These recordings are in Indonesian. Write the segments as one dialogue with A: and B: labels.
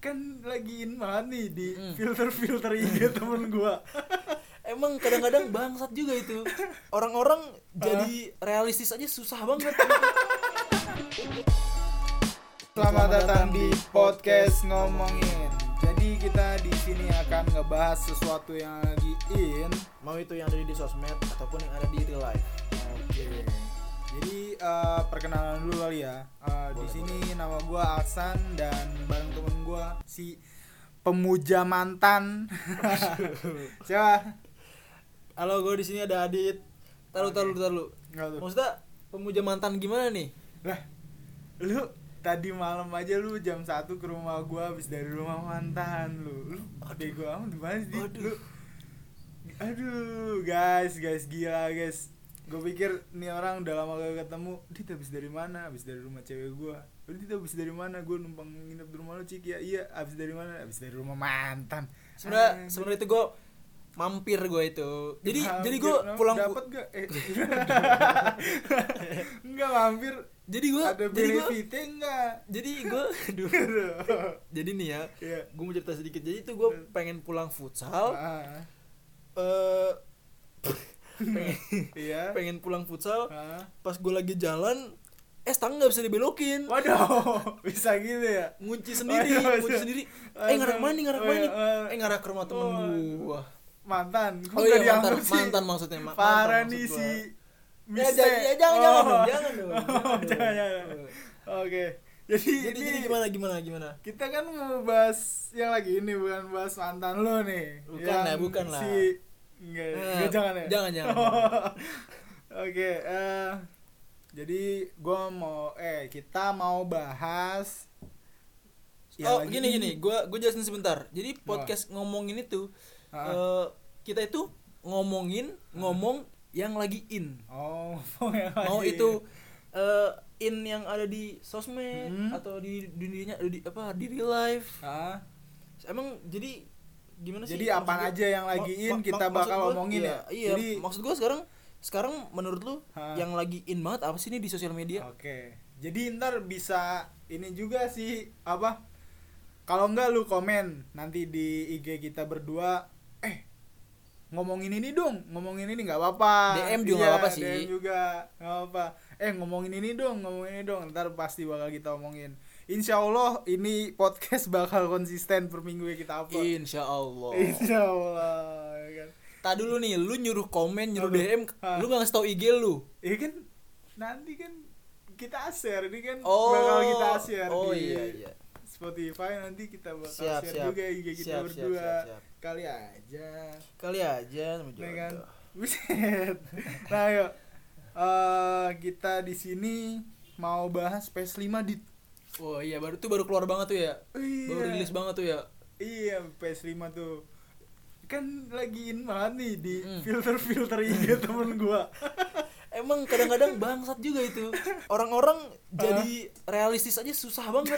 A: Kan lagi in banget nih di filter IG temen gua.
B: Emang kadang-kadang bangsat juga itu. Orang-orang jadi realistis aja susah banget.
A: Selamat datang di podcast ngomongin. Jadi kita di sini akan ngebahas sesuatu yang lagi in,
B: Mau itu yang ada di sosmed ataupun yang ada di real life.
A: Oke. Jadi perkenalan dulu kali ya. Di sini nama gua Aksan dan bareng temen gua si pemuja mantan. Siapa?
B: Halo, gue di sini ada Adit. Taruh.
A: Enggak tuh.
B: Maksudnya pemuja mantan gimana nih?
A: Lah, lu tadi malam aja lu jam 1 ke rumah gua habis dari rumah mantan lu. Lu bego amat banget sih. Lu. Aduh, guys, gila guys. Gue pikir nih orang udah lama gak ketemu. Dit habis dari mana? Habis dari rumah cewek gua. Dit habis dari mana? Gue numpang nginep di rumah lu, Cik. Ya iya, habis dari mana? Habis dari rumah mantan.
B: Sebenarnya itu gue mampir gue itu. Jadi gue pulang
A: dapat gak? Enggak mampir.
B: Jadi gue
A: ada benefitnya enggak?
B: Jadi nih ya,
A: Iya.
B: gue mau cerita sedikit. Jadi tuh gue pengen pulang futsal.
A: Iya.
B: Pengen pulang futsal. Pas gue lagi jalan, stang nggak bisa dibelokin.
A: Waduh, bisa gitu ya?
B: Ngunci sendiri. Ngarah kemana nih? Ngarah ke rumah temen gue.
A: Mantan.
B: Oh iya, mantan maksudnya.
A: Parah
B: mantan
A: nih
B: maksud
A: si
B: gua.
A: Mister.
B: Jangan dong.
A: Jangan. Oke. Jadi
B: Gimana?
A: Kita kan mau bahas yang lagi ini, bukan bahas mantan lo nih.
B: Bukan lah.
A: Enggak, jangan ya.
B: Jangan.
A: Oke, jadi kita mau bahas
B: gini, gue jelasin sebentar. Jadi podcast ngomongin itu kita itu ngomong yang lagi in. Mau itu in yang ada di sosmed atau di dunianya di real life. Emang jadi gimana sih?
A: Jadi apa aja yang lagi in kita bakal ngomongin ya.
B: Iya,
A: Jadi
B: maksud gue sekarang menurut lu yang lagi in banget apa sih nih di sosial media?
A: Oke. Jadi ntar bisa ini juga sih apa? Kalau enggak lu komen nanti di IG kita berdua, ngomongin ini nggak apa-apa.
B: DM juga nggak apa-apa sih.
A: DM juga nggak apa. Ngomongin ini dong. Ntar pasti bakal kita omongin. Insya Allah ini podcast bakal konsisten per minggu kita upload.
B: Insya Allah.
A: Ya kan.
B: Tak dulu nih, lu nyuruh komen, nyuruh DM, lu nggak ngasih tau IG lu.
A: Iya kan, nanti kan kita share, ini kan bakal kita share di
B: iya.
A: Spotify, nanti kita bakal share juga IG kita berdua.
B: Siap.
A: Kali aja
B: sama jodoh.
A: kan? Buset. Nah yuk, kita di sini mau bahas PS5 di.
B: Oh iya, baru keluar banget tuh ya.
A: Iya.
B: Baru rilis banget tuh ya.
A: Iya, PS5 tuh kan lagi in banget nih di filter IG temen gua.
B: Emang kadang-kadang bangsat juga itu. Orang-orang jadi realistis aja susah banget.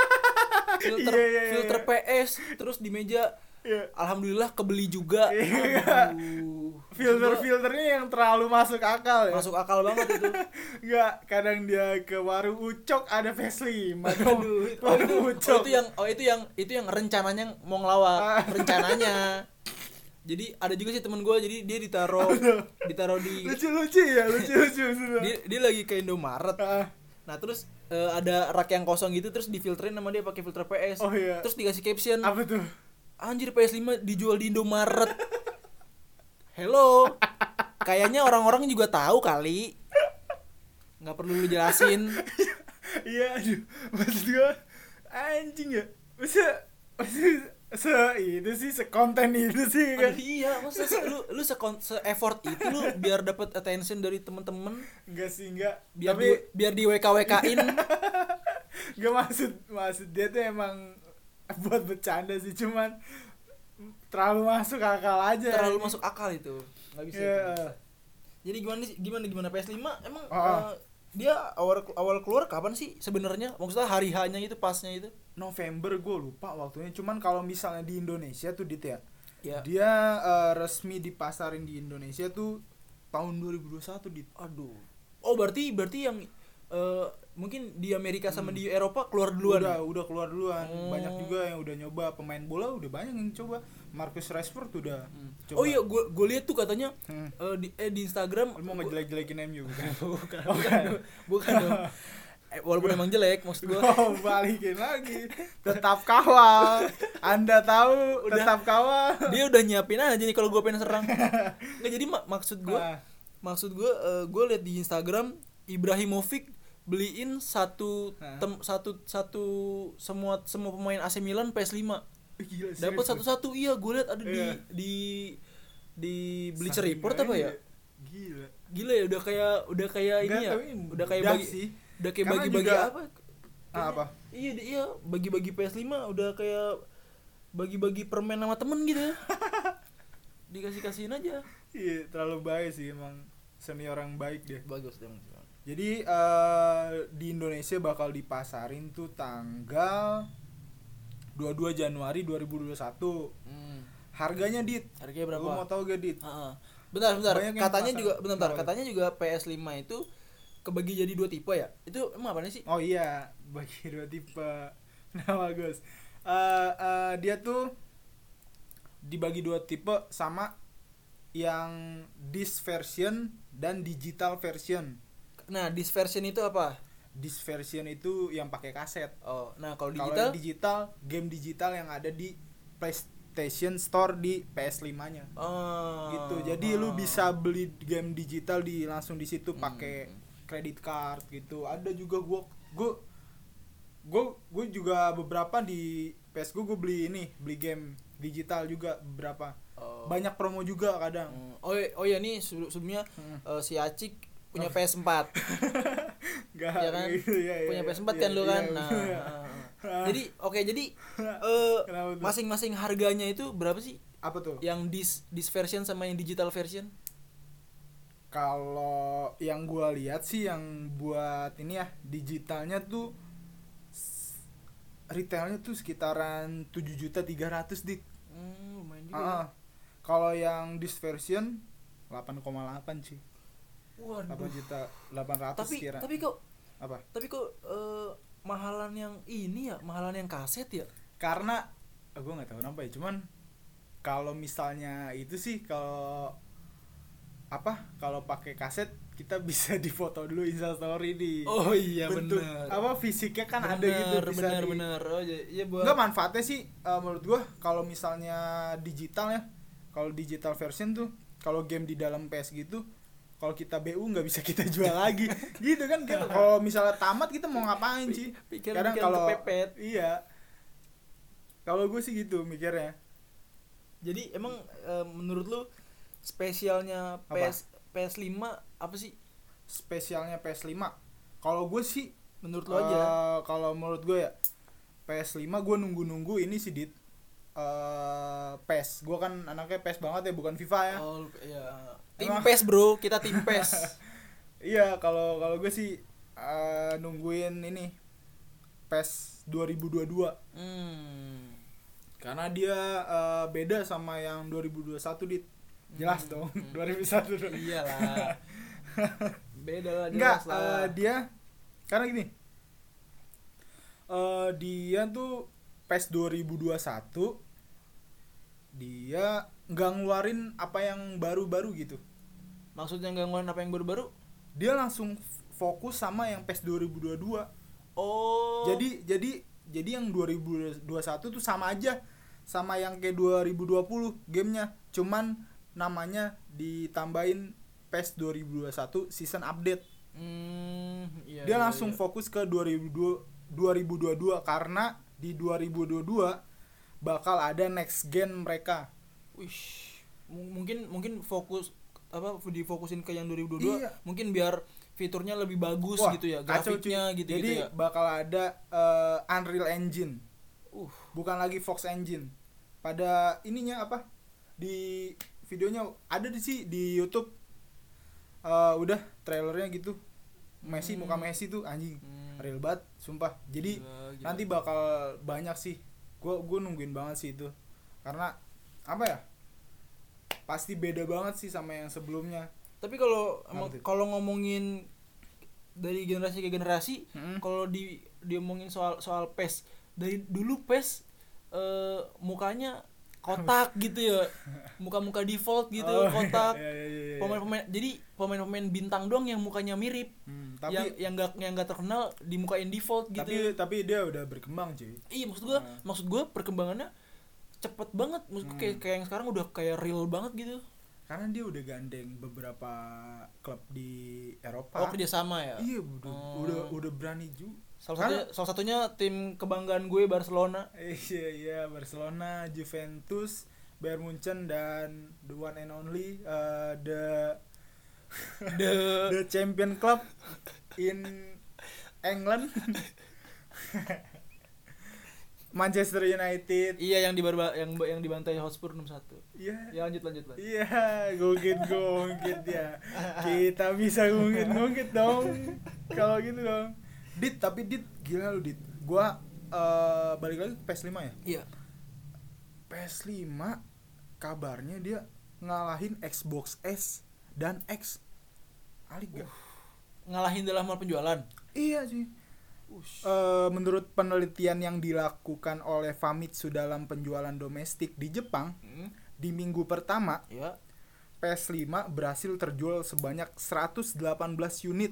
B: Filter PS terus di meja. Alhamdulillah kebeli juga. Aduh.
A: Filternya yang terlalu masuk akal ya.
B: Masuk akal banget itu.
A: Enggak, kadang dia ke warung Ucok ada PS5.
B: Aduh, itu yang rencananya mau ngelawak. Rencananya. Jadi ada juga sih temen gue, jadi dia ditaruh di
A: lucu
B: dia lagi ke Indomaret. Nah terus ada rak yang kosong gitu, terus difilterin sama dia pakai filter PS. Terus dikasih caption,
A: apa tuh?
B: Anjir, PS5 dijual di Indomaret. Hello. Kayaknya orang-orang juga tahu kali. Nggak perlu lu jelasin.
A: Iya, aduh. Maksud gue anjing ya. Masa itu sih sekonten itu sih kan.
B: Aduh, iya, masa lu se-effort itu lu biar dapat attention dari temen-temen.
A: Enggak.
B: Biar di WK-WK-in.
A: Enggak, maksud dia tuh emang buat bercanda sih, cuman terlalu masuk akal aja.
B: Terlalu masuk akal itu. Enggak bisa.
A: Yeah.
B: Jadi gimana PS5 emang dia awal keluar kapan sih sebenarnya? Maksudnya hari hanya itu pasnya itu
A: November, gue lupa waktunya. Cuman kalau misalnya di Indonesia tuh Dit ya. Dia resmi dipasarin di Indonesia tuh tahun 2021 Dit.
B: Aduh. Oh berarti yang mungkin di Amerika sama di Eropa keluar duluan.
A: Udah keluar duluan. Banyak juga yang udah nyoba, pemain bola udah banyak yang coba. Marcus Rashford udah coba.
B: Oh iya, gue lihat tuh katanya di Instagram.
A: Lu mau ngejelek-jelekin MU bukan?
B: bukan dong. Walaupun emang jelek maksud gue.
A: Oh, balikin lagi. Tetap kawal. Anda tahu tetap kawal.
B: Dia udah nyiapin aja nih kalau gue pengen serang. Nggak, jadi maksud gue gue lihat di Instagram Ibrahimovic beliin satu semua pemain AC Milan PS5. Dapat satu-satu. Iya, gue lihat ada di Bleacher Report apa ya? Gila ya, udah kayak ini ya. Udah kayak bagi-bagi apa? Iya, bagi-bagi PS5 udah kayak bagi-bagi permen sama temen gitu ya. Dikasih-kasihin aja.
A: Iya, terlalu baik sih emang, senior yang baik dia.
B: Bagus emang.
A: Jadi di Indonesia bakal dipasarin tuh tanggal 22 Januari 2021. Harganya
B: Harganya berapa?
A: Lu mau tahu gak, Dit?
B: Bentar. Katanya juga PS5 itu kebagi jadi 2 tipe ya? Itu emang apa sih?
A: Oh iya, bagi 2 tipe. Nah, bagus. Dia tuh dibagi 2 tipe sama yang disc version dan digital version.
B: Nah, disc version itu apa?
A: Disc version itu yang pakai kaset.
B: Oh, nah kalau
A: digital, game digital yang ada di PlayStation Store di PS5-nya.
B: Oh.
A: Gitu. Jadi lu bisa beli game digital langsung di situ pakai credit card gitu. Ada juga gue juga beberapa di PS gue beli game digital juga beberapa. Banyak promo juga kadang.
B: Oh iya nih sebelumnya si Acik punya PS4. Ya kan?
A: Gitu, ya,
B: punya PS4 kan lu kan. Jadi masing-masing harganya itu berapa sih?
A: Apa tuh?
B: Yang disc version sama yang digital version?
A: Kalau yang gua lihat sih yang buat ini ya, digitalnya tuh retailnya tuh sekitaran 7.300.000 dik.
B: Lumayan juga.
A: Kalau yang disc version 8,8 sih.
B: Waduh.
A: 8.800 kira.
B: Tapi kok
A: apa?
B: Tapi kok mahalan yang ini ya, mahalan yang kaset ya?
A: Karena gue nggak tahu kenapa ya, cuman kalau misalnya itu sih kalau pakai kaset kita bisa difoto dulu Instastory di bentuk
B: bener.
A: Fisiknya kan ada gitu bisa
B: bener. Oh iya
A: enggak, manfaatnya sih menurut gua kalau misalnya digital ya, kalau digital version tuh kalau game di dalam PS gitu, kalau kita BU nggak bisa kita jual lagi gitu kan. Kalau misalnya tamat kita mau ngapain sih? Kadang kalau
B: kepepet.
A: Iya, kalau gue sih gitu mikirnya.
B: Jadi emang menurut lu spesialnya PS5 apa sih?
A: Spesialnya PS5 kalau gue sih,
B: menurut lo aja.
A: Kalau menurut gue ya PS5 gue nunggu ini sih Dit. PES, gue kan anaknya PES banget ya, bukan FIFA ya.
B: Oh iya. Tim PES bro, kita tim PES.
A: Iya, kalau gue sih nungguin ini PES 2022. Karena dia beda sama yang 2021 Dit. Jelas dong. 2001 dong.
B: Iyalah. Beda lah.
A: Enggak, dia karena gini. Dia tuh PES 2021 dia nggak ngeluarin apa yang baru-baru gitu.
B: Maksudnya nggak ngeluarin apa yang baru-baru?
A: Dia langsung fokus sama yang PES 2022.
B: Oh.
A: Jadi yang 2021 tuh sama aja sama yang kayak 2020 gamenya, cuman namanya ditambahin PES 2021 season update. Dia langsung fokus ke 2022 karena di 2022 bakal ada next gen mereka.
B: Mungkin fokus difokusin ke yang 2022.
A: Iya.
B: Mungkin biar fiturnya lebih bagus. Wah, gitu ya, grafiknya gitu.
A: Jadi
B: ya.
A: Bakal ada Unreal Engine. Bukan lagi Fox Engine. Pada ininya di videonya ada di YouTube. Udah trailernya gitu. Muka Messi tuh anjing. Real banget, sumpah. Jadi gila. Nanti bakal banyak sih. Gue nungguin banget sih itu. Karena pasti beda banget sih sama yang sebelumnya.
B: Tapi kalau ngomongin dari generasi ke generasi. Kalau diomongin soal PES, dari dulu PES mukanya kotak gitu ya, muka default gitu, kotak.
A: Iya.
B: Pemain-pemain bintang doang yang mukanya mirip,
A: tapi
B: yang nggak terkenal dimukain default gitu.
A: Tapi dia udah berkembang cuy.
B: Iya, maksud gue perkembangannya cepet banget. Maksud gue kayak yang sekarang udah kayak real banget gitu.
A: Karena dia udah gandeng beberapa klub di Eropa.
B: Oh, kerjasama ya.
A: Iya, udah berani juga.
B: Salah satunya tim kebanggaan gue, Barcelona.
A: Iya, Barcelona, Juventus, Bayern Munchen, dan the one and only the champion club in England. Manchester United.
B: Iya, yang dibantai Hotspur 6-1.
A: Iya.
B: Ya, lanjut.
A: Iya, gungkit ya. Kita bisa gungkit dong. Kalau gitu dong. Tapi gila lu, Dit. Gua balik lagi ke PS5 ya?
B: Iya.
A: PS5 kabarnya dia ngalahin Xbox S dan X. Alik gak?
B: Ngalahin dalam hal penjualan?
A: Iya sih. Menurut penelitian yang dilakukan oleh Famitsu dalam penjualan domestik di Jepang, di minggu pertama, PS5 berhasil terjual sebanyak 118 unit.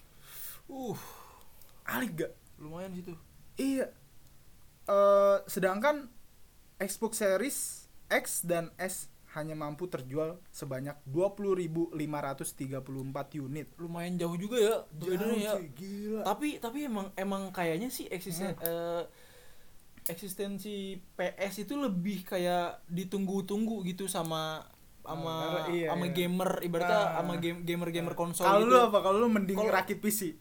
A: Alik gak?
B: Lumayan situ.
A: Iya. Sedangkan Xbox Series X dan S hanya mampu terjual sebanyak 20.534 unit.
B: Lumayan jauh juga ya.
A: Jauh
B: ya.
A: Gila.
B: Tapi emang kayaknya sih eksistensi PS itu lebih kayak ditunggu-tunggu gitu sama gamer, ibaratnya sama gamer konsol
A: gitu.
B: Kalau lu
A: apa? Kalau lu mending rakit PC.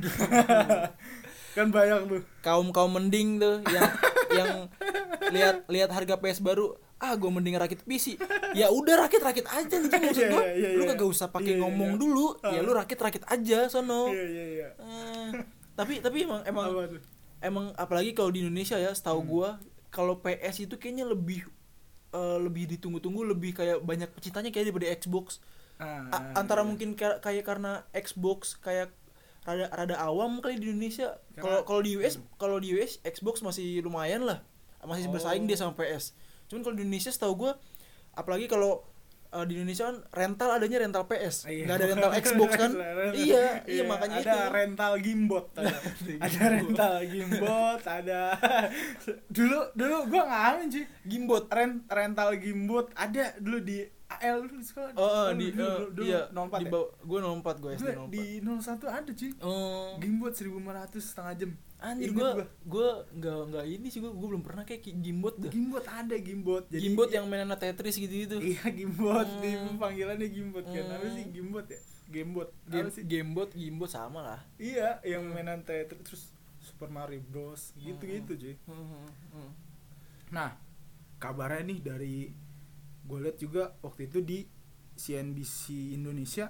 A: Kan banyak tuh.
B: Kaum mending tuh yang lihat harga PS baru, gue mending rakit PC. Ya udah rakit aja gitu maksud gua. Lu kagak usah pakai ngomong dulu. Ya lu rakit aja sono.
A: Iya.
B: Tapi emang apalagi kalau di Indonesia ya, setahu gua kalau PS itu kayaknya lebih ditunggu-tunggu, lebih kayak banyak pecintanya kayak daripada Xbox. Antara mungkin kayak karena Xbox kayak rada awam kali di Indonesia. Kalau di US Xbox masih lumayan lah, masih bersaing dia sama PS. Cuman kalau di Indonesia setahu gue, apalagi kalau di Indonesia kan rental PS, nggak ada rental Xbox kan. iya makanya
A: ada itu rental gimbot. Ada rental gimbot, ada dulu gue ngalamin sih gimbot, rental gimbot ada dulu di AL dulu sekolah.
B: Dulu iya, 04 ya? Gue 04, gue SD 04.
A: Di 01 ada cuy. Gimbot 1.500 setengah jam.
B: Anjir, gue enggak ini sih, gue belum pernah kayak gimbot dah.
A: Gimbot ada gimbot.
B: Jadi gimbot yang mainan Tetris gitu.
A: Iya, gimbot. Di panggilannya gimbot kan. Apa sih gimbot ya?
B: Gimbot sama lah.
A: Iya, yang mainan Tetris terus Super Mario Bros gitu-gitu cuy. Nah, kabarnya nih dari gue lihat juga waktu itu di CNBC Indonesia,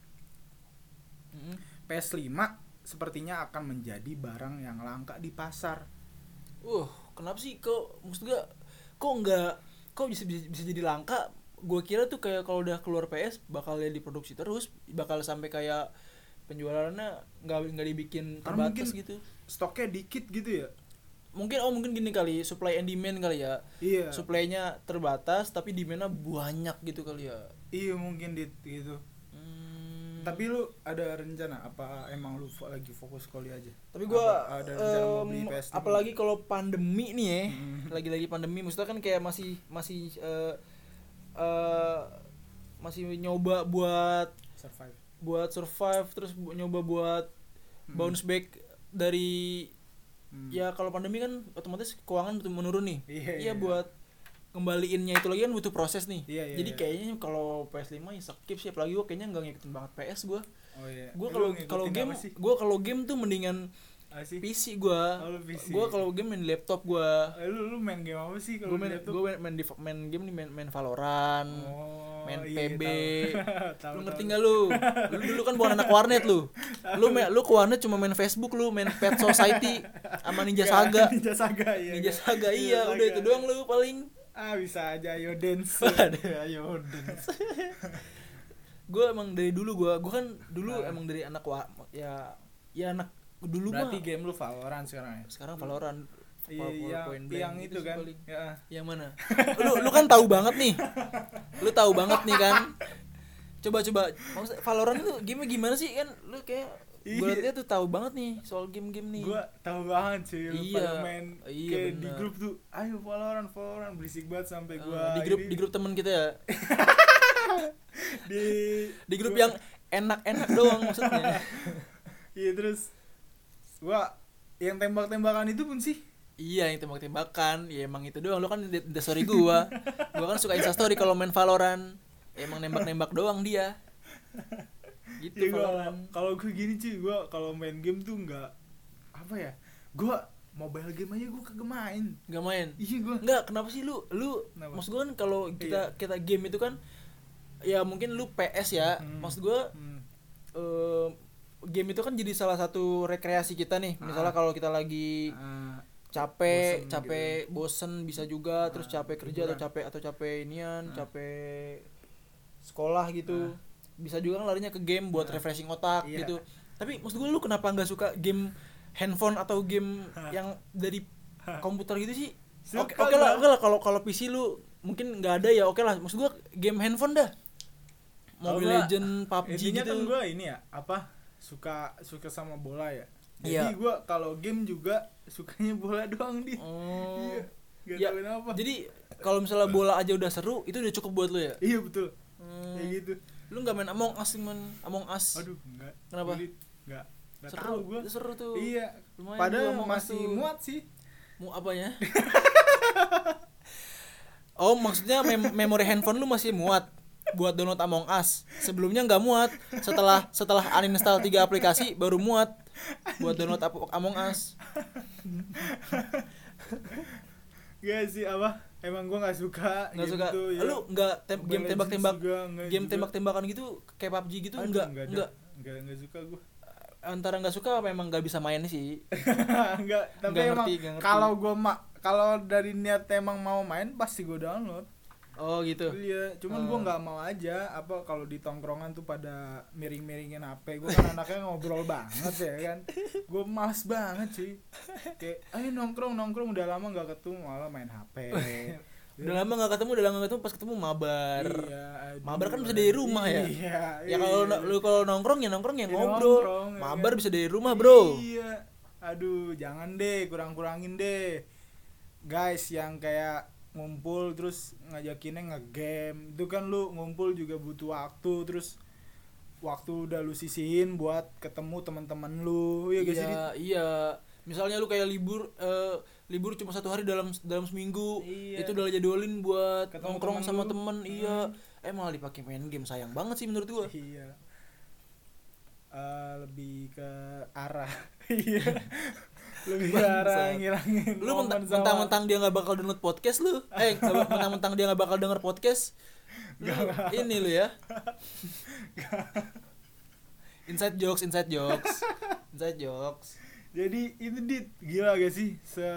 A: PS5 sepertinya akan menjadi barang yang langka di pasar.
B: Kenapa sih? Maksud gue kok bisa jadi langka? Gue kira tuh kayak kalau udah keluar PS bakal diproduksi terus, bakal sampai kayak penjualannya nggak dibikin terbatas gitu.
A: Stoknya dikit gitu ya.
B: Mungkin gini kali, supply and demand kali ya.
A: Iya.
B: Supply-nya terbatas tapi demand-nya banyak gitu kali ya.
A: Iya, mungkin gitu. Tapi lu ada rencana apa emang lu lagi fokus kuliah aja?
B: Tapi gua
A: ada rencana mau beli PS5?
B: Apalagi kalau pandemi nih ya. Lagi-lagi pandemi, maksudnya kan kayak masih nyoba buat survive terus nyoba buat bounce back dari ya kalau pandemi kan otomatis keuangan betul menurun nih. Iya, buat kembaliinnya itu lagi kan butuh proses nih. Jadi kayaknya kalau PS5 ya skip sih, apalagi gue kayaknya nggak ngikutin banget PS gue. Gue kalau game tuh mendingan PC gue. Gue kalau game main di laptop gue.
A: Lu main game apa sih kalau di laptop?
B: Gue main game nih, main Valorant, main PB. Tahu. Lu ngerti nggak lu? Lu dulu kan bukan anak warnet lu. Lu ke warnet cuma main Facebook, lu main Pet Society sama Ninja Saga. Ninja Saga iya, udah itu doang lu paling.
A: Bisa aja Ayo Dance.
B: Gue emang dari dulu gue kan dulu emang dari anak ya Ya anak dulu
A: berarti
B: mah.
A: game lu Valorant sekarang ya?
B: Sekarang Valorant.
A: Iya, yang itu
B: gitu
A: kan.
B: paling.
A: Ya.
B: Yang mana? Lu kan tahu banget nih. Lu tahu banget nih kan. Coba maksud Valorant itu game gimana sih kan? Lu kayak gue liatnya tuh tahu banget nih soal game-game nih.
A: Gua tahu banget sih.
B: Iya,
A: pada main
B: iya,
A: kayak
B: bener.
A: di grup tuh, ayo Valorant berisik banget sampai gua
B: di grup temen kita ya. di grup
A: gua,
B: yang enak-enak doang maksudnya.
A: iya, terus gua yang tembak-tembakan itu pun sih.
B: Iya, yang tembak-tembakan. Ya emang itu doang. Lu kan di story gua. Gua kan suka Insta story kalau main Valorant. Emang nembak-nembak doang dia. Gitu
A: Ya,
B: Valorant.
A: kalau gue gini cuy, gue kalau main game tuh nggak apa ya, gue mobile game aja gue kagak main.
B: Nggak main.
A: Iya gue.
B: Nggak, kenapa sih lu
A: Kenapa?
B: maksud gue kan kalau kita game itu kan ya mungkin lu PS ya. Maksud gue game itu kan jadi salah satu rekreasi kita nih. Misalnya kalau kita lagi capek bosen bisa juga, terus capek kerja atau capek inian, capek sekolah gitu. Bisa juga kan larinya ke game buat refreshing otak gitu. Tapi maksud gue lu kenapa nggak suka game handphone atau game yang dari komputer gitu sih? Oke lah kalau PC lu mungkin nggak ada ya, oke lah. Maksud gue game handphone dah. Mobile Legend, PUBG
A: intinya
B: gitu.
A: kan gue ini ya suka sama bola ya. Jadi
B: Iya.
A: gue kalau game juga sukanya bola doang di. Iya. Gak
B: Ya,
A: tahu kenapa.
B: jadi kalau misalnya bola aja udah seru, itu udah cukup buat lu ya?
A: Iya betul. Kayak gitu.
B: Lu nggak main Among Us?
A: Aduh, enggak.
B: Kenapa?
A: Enggak
B: Seru,
A: tahu gue.
B: seru tuh.
A: Iya.
B: Lumayan
A: Padahal
B: tuh Among Us
A: masih
B: tuh.
A: muat sih.
B: Mau apanya? Oh, maksudnya memori handphone lu masih muat buat download Among Us. Sebelumnya nggak muat. Setelah uninstall 3 aplikasi baru muat buat download Among Us.
A: Gak sih emang gue nggak suka
B: Nggak
A: game
B: suka.
A: tuh, ya.
B: Lu nggak game
A: Mobile
B: tembak-tembak,
A: Legends juga, nggak
B: game
A: juga.
B: tembak-tembakan gitu kayak PUBG gitu?
A: Aduh,
B: Enggak.
A: Nggak suka gue.
B: Antara nggak suka apa emang nggak bisa main sih?
A: Enggak, tapi
B: Nggak
A: emang
B: ngerti.
A: kalau dari niat emang mau main pasti gue download.
B: Oh gitu.
A: Iya, cuman gue nggak mau aja kalau di tongkrongan tuh pada miring-miringin HP. Gue kan anaknya ngobrol banget ya kan. Gue males banget sih. Kayak ayo nongkrong udah lama nggak ketemu malah main HP.
B: Udah lama nggak ketemu, pas ketemu mabar.
A: Iya, aduh,
B: Mabar kan bisa dari rumah ya.
A: Iya.
B: Ya kalau nongkrong ya
A: Ya,
B: ngobrol.
A: nongkrong, ya
B: Mabar
A: kan?
B: bisa dari rumah, Bro.
A: Iya. Aduh, jangan deh, kurangin deh. Guys, yang kayak ngumpul terus ngajakinnya nge-game, itu kan lu ngumpul juga butuh waktu, terus waktu udah lu sisihin buat ketemu teman-teman lu. Iya gak sih?
B: Iya. Misalnya lu kayak libur cuma 1 hari dalam seminggu,
A: Iya.
B: itu udah jadwalin buat
A: Ketemu
B: nongkrong
A: temen
B: sama
A: lu.
B: temen. Iya. Malah dipakai main game, sayang banget sih menurut gua.
A: Iya. Lebih ke arah. Iya. Lebih ke arah ngilangin
B: Lu
A: momen sama-
B: mentang-mentang dia nggak bakal download podcast lu. Mentang-mentang dia nggak bakal denger podcast. Ini lu ya. Inside jokes.
A: Jadi itu gila gak sih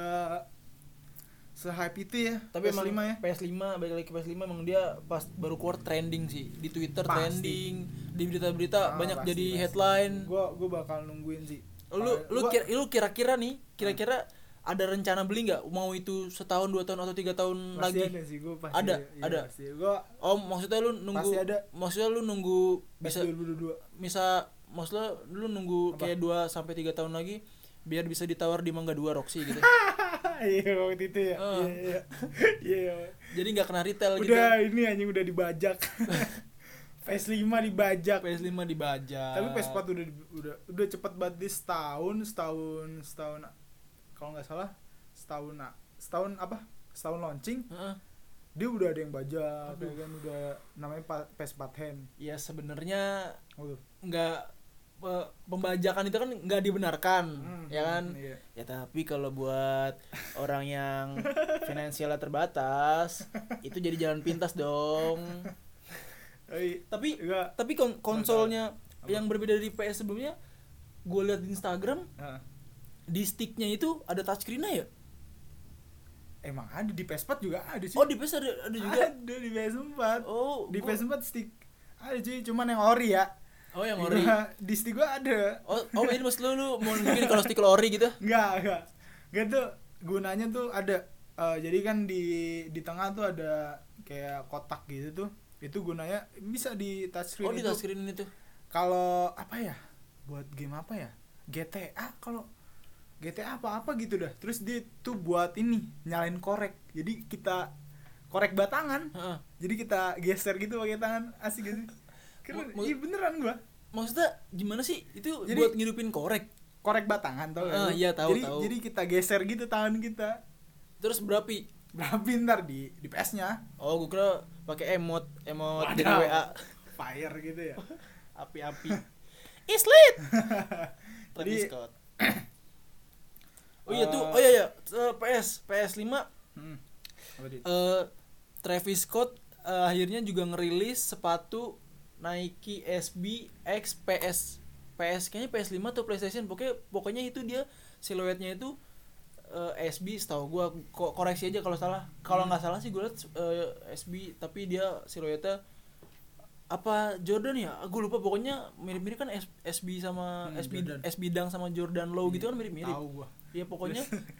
A: hype itu ya.
B: Tapi
A: PS5
B: emang
A: ya.
B: PS5, balik lagi ke PS5 emang dia pas baru keluar trending sih di Twitter,
A: Pasti.
B: trending, di berita-berita banyak
A: Pasti,
B: jadi
A: pasti.
B: headline.
A: Gua bakal nungguin sih.
B: Lu kira-kira ada rencana beli nggak? Mau itu setahun, 2 tahun atau 3 tahun
A: pasti
B: lagi?
A: ada sih, gua pasti
B: Ada.
A: Pasti. Gua
B: Oh, maksudnya lu nunggu?
A: Pasti ada.
B: Maksudnya lu nunggu
A: bisa
B: bisa
A: 2022.
B: maksudnya lu nunggu
A: Apa?
B: kayak 2 sampai 3 tahun lagi biar bisa ditawar di Mangga 2 Roxy gitu.
A: Iya waktu itu ya.
B: Oh.
A: Iya. Iya.
B: Jadi nggak kena retail gitu.
A: Udah ini anjing udah dibajak. PS5 dibajak.
B: PS5 dibajak.
A: Tapi PS4 udah cepet banget di setahun kalau nggak salah setahun launching
B: Heeh.
A: dia udah ada yang bajak ya kan, udah namanya PS4 hand.
B: Ya sebenarnya
A: Waduh.
B: nggak pembajakan itu kan nggak dibenarkan, ya kan?
A: Iya.
B: Ya tapi kalau buat orang yang finansialnya terbatas itu jadi jalan pintas dong. Tapi
A: Enggak.
B: konsolnya
A: Apa?
B: yang berbeda dari PS sebelumnya, gue lihat di Instagram
A: Nah,
B: di sticknya itu ada touchscreen-nya ya.
A: emang ada di PS4 juga ada sih.
B: Oh di PS ada juga.
A: Ada di PS4.
B: Oh
A: Di
B: gua-
A: PS4 stick ada cuy, cuman yang ori ya.
B: Oh, yang ori.
A: Di stick gua ada.
B: Oh ini maksud lu mau bikin kalau stick ori gitu?
A: Enggak tuh gunanya tuh ada jadi kan di tengah tuh ada kayak kotak gitu tuh. Itu gunanya bisa di touchscreen.
B: Oh, di touchscreen itu.
A: Kalau apa ya? Buat game apa ya? GTA kalau GTA apa gitu dah. Terus dia tuh buat ini nyalain korek. Jadi kita korek batangan. Jadi kita geser gitu pakai tangan, asik gitu. Iya beneran gua.
B: Maksudnya gimana sih? Itu
A: jadi,
B: buat ngidupin korek
A: batangan tau gak?
B: Iya tahu.
A: Jadi kita geser gitu tangan kita.
B: Terus berapi
A: ntar di PS-nya.
B: Oh, gua kira pakai emot dari WA.
A: Fire gitu ya.
B: Api-api. Islit.
A: Travis
B: Scott. Oh iya PS5. Travis Scott akhirnya juga ngerilis sepatu Nike SB X PS kayaknya PS5 atau PlayStation, pokoknya itu dia siluetnya itu SB, setahu gua, koreksi aja kalau salah. Kalau nggak salah sih gua liat SB, tapi dia siluetnya apa Jordan ya? Gue lupa, pokoknya mirip-mirip kan SB sama SB Dunk sama Jordan Low gitu kan mirip-mirip.
A: Tahu gua.
B: Ya pokoknya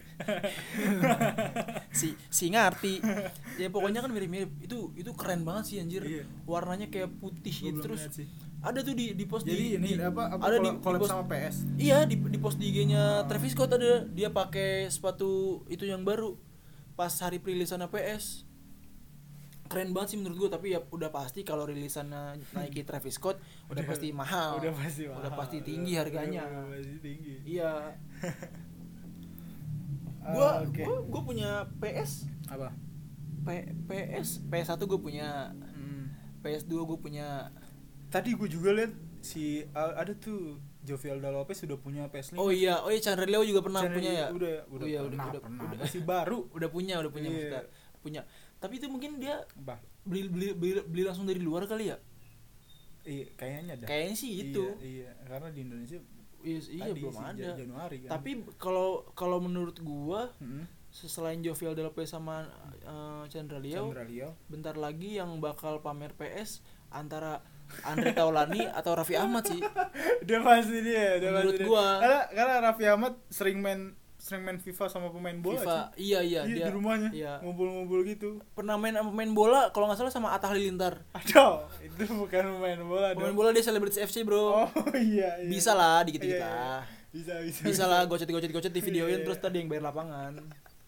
B: si ngerti. Ya pokoknya kan mirip-mirip. Itu keren banget sih anjir. Iya. Warnanya kayak putih gitu. Terus ada tuh di post.
A: Jadi ini apa ada di collab sama PS.
B: Iya, di post di IG-nya Travis Scott ada, dia pakai sepatu itu yang baru pas hari perilisannya PS. Keren banget sih menurut gue, tapi ya udah pasti kalau rilisannya Nike Travis Scott udah pasti mahal. Udah pasti tinggi harganya.
A: Udah pasti tinggi.
B: Iya. Gue punya PS.
A: Apa?
B: PS1 gue punya. PS2 gue punya.
A: Tadi gue juga lihat ada tuh Jovialda Lopez sudah punya PS5.
B: Oh iya, Chandra Leo juga pernah punya ya.
A: Udah masih baru.
B: Udah punya maksudnya. Punya. Tapi itu mungkin dia beli langsung dari luar kali ya.
A: Iya, kayaknya
B: sih itu.
A: Iya, karena di Indonesia
B: iya belum ada.
A: Januari kan.
B: Tapi kalau menurut gua selain Jovialda Lopez sama Chandra Leo, bentar lagi yang bakal pamer PS antara Andre Taulani atau Raffi Ahmad sih.
A: Udah pasti dia,
B: menurut gua.
A: Karena Raffi Ahmad sering main FIFA sama pemain bola.
B: Iya
A: dia di rumahnya.
B: Iya.
A: Ngumpul-ngumpul gitu.
B: Pernah main bola kalau enggak salah sama Atta Halilintar.
A: Aduh, itu bukan pemain bola dong.
B: Pemain bola dia Celebrity FC, Bro.
A: Oh iya.
B: Bisa lah dikit-dikit
A: lah.
B: Bisa lah, gocet di videoin terus tadi yang bayar lapangan.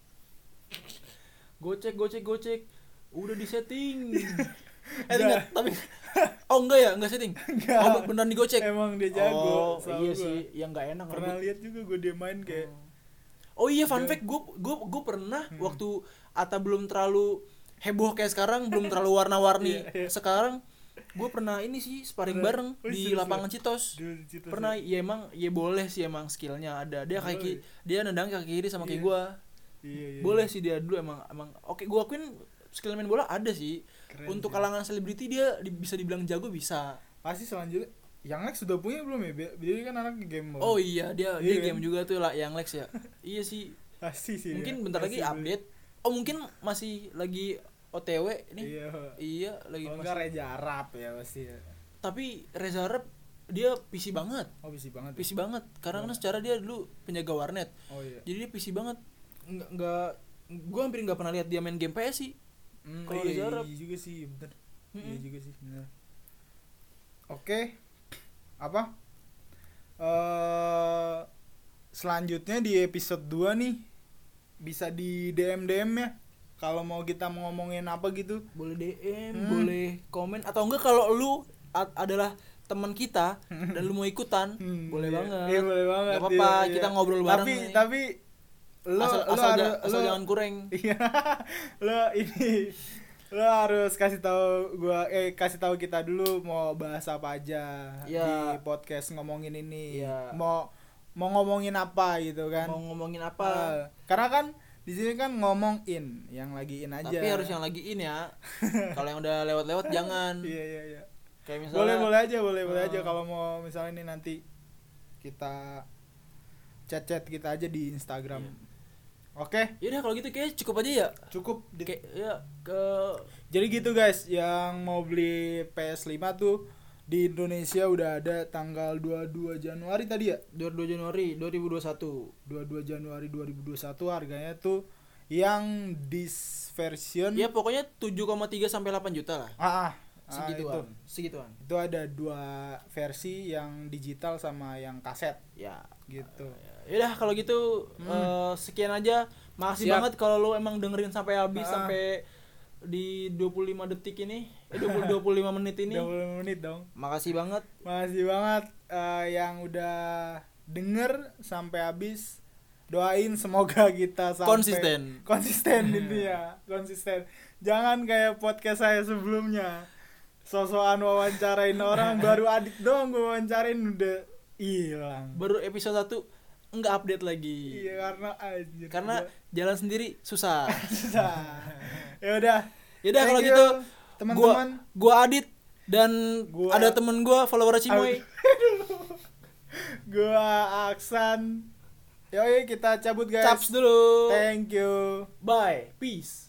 B: Gocek. Udah di setting. Tapi enggak setting. Oh, beneran digocek.
A: Emang dia jago.
B: Iya sih, yang enggak enak.
A: Pernah lihat juga gue dia main kayak.
B: Oh iya, fun fact, gue pernah waktu Atta belum terlalu heboh kayak sekarang, belum terlalu warna-warni. Sekarang gue pernah ini sih sparring bareng di lapangan Citos. Pernah ya, emang ya boleh sih, emang skillnya ada. Dia nendang kaki kiri sama kayak gue. Iya. Boleh sih dia dulu emang oke, gue akuin skill main bola ada sih. Keren, untuk kalangan selebriti dia bisa dibilang jago, bisa.
A: Pasti selanjutnya Yang Lex sudah punya belum ya? Dia kan anak game.
B: Oh iya, dia game juga tuh lah Yang Lex ya. Iya sih.
A: Pasti sih.
B: Mungkin bentar lagi update. Oh mungkin masih lagi OTW nih. Iya lagi.
A: Enggak Reza Arab ya pasti ya.
B: Tapi Reza Arab dia PC banget.
A: Oh PC banget.
B: PC banget. Karena kan secara dia dulu penjaga warnet.
A: Oh iya.
B: Jadi dia PC banget. Enggak gue hampir enggak pernah lihat dia main game PS sih.
A: Kalau Reza Arab juga sih, bener. Iya juga sih, bener. Oke. Apa? Selanjutnya di episode 2 nih bisa di DM ya. Kalau mau kita mau ngomongin apa gitu,
B: boleh DM, boleh komen, atau enggak kalau lu adalah teman kita dan lu mau ikutan, boleh banget.
A: Iya, boleh banget.
B: Enggak apa-apa, kita ngobrol bareng.
A: Tapi
B: asal jangan kurang.
A: Iya. Lo harus kasih tahu kita dulu mau bahas apa aja di podcast ngomongin ini. Mau ngomongin apa gitu kan?
B: Mau ngomongin apa?
A: Karena kan di sini kan ngomongin yang lagi in aja.
B: Tapi harus yang lagi in ya. Kalau yang udah lewat jangan.
A: Iya.
B: Kayak misalnya
A: boleh aja kalau mau misalnya ini nanti kita chat kita aja di Instagram. Iya. Oke.
B: Yaudah kalau gitu kayak cukup aja ya.
A: Cukup.
B: Jadi gitu
A: guys, yang mau beli PS5 tuh di Indonesia udah ada tanggal 22 Januari tadi ya?
B: 22 Januari 2021.
A: 22 Januari 2021 harganya tuh yang this version
B: ya pokoknya 7,3 sampai 8 juta lah. Segituan.
A: Itu ada 2 versi, yang digital sama yang kaset.
B: Ya,
A: gitu.
B: Yaudah kalau gitu sekian aja. Makasih banget kalau lu emang dengerin sampai habis, sampai di 25 detik ini, 25 menit ini.
A: 25 menit dong.
B: Makasih banget
A: yang udah denger sampai habis. Doain semoga kita sampai konsisten intinya. Konsisten. Jangan kayak podcast saya sebelumnya. Sosokan wawancarain orang, baru Adit doang gue wawancarain udah hilang.
B: Baru episode 1 enggak update lagi.
A: Iya,
B: karena jalan sendiri susah.
A: Ya udah
B: kalau gitu
A: teman-teman,
B: gua Adit dan ada temen gua follower Cimoy.
A: Gua Aksan. Yoi, kita cabut guys.
B: Caps dulu.
A: Thank you.
B: Bye. Peace.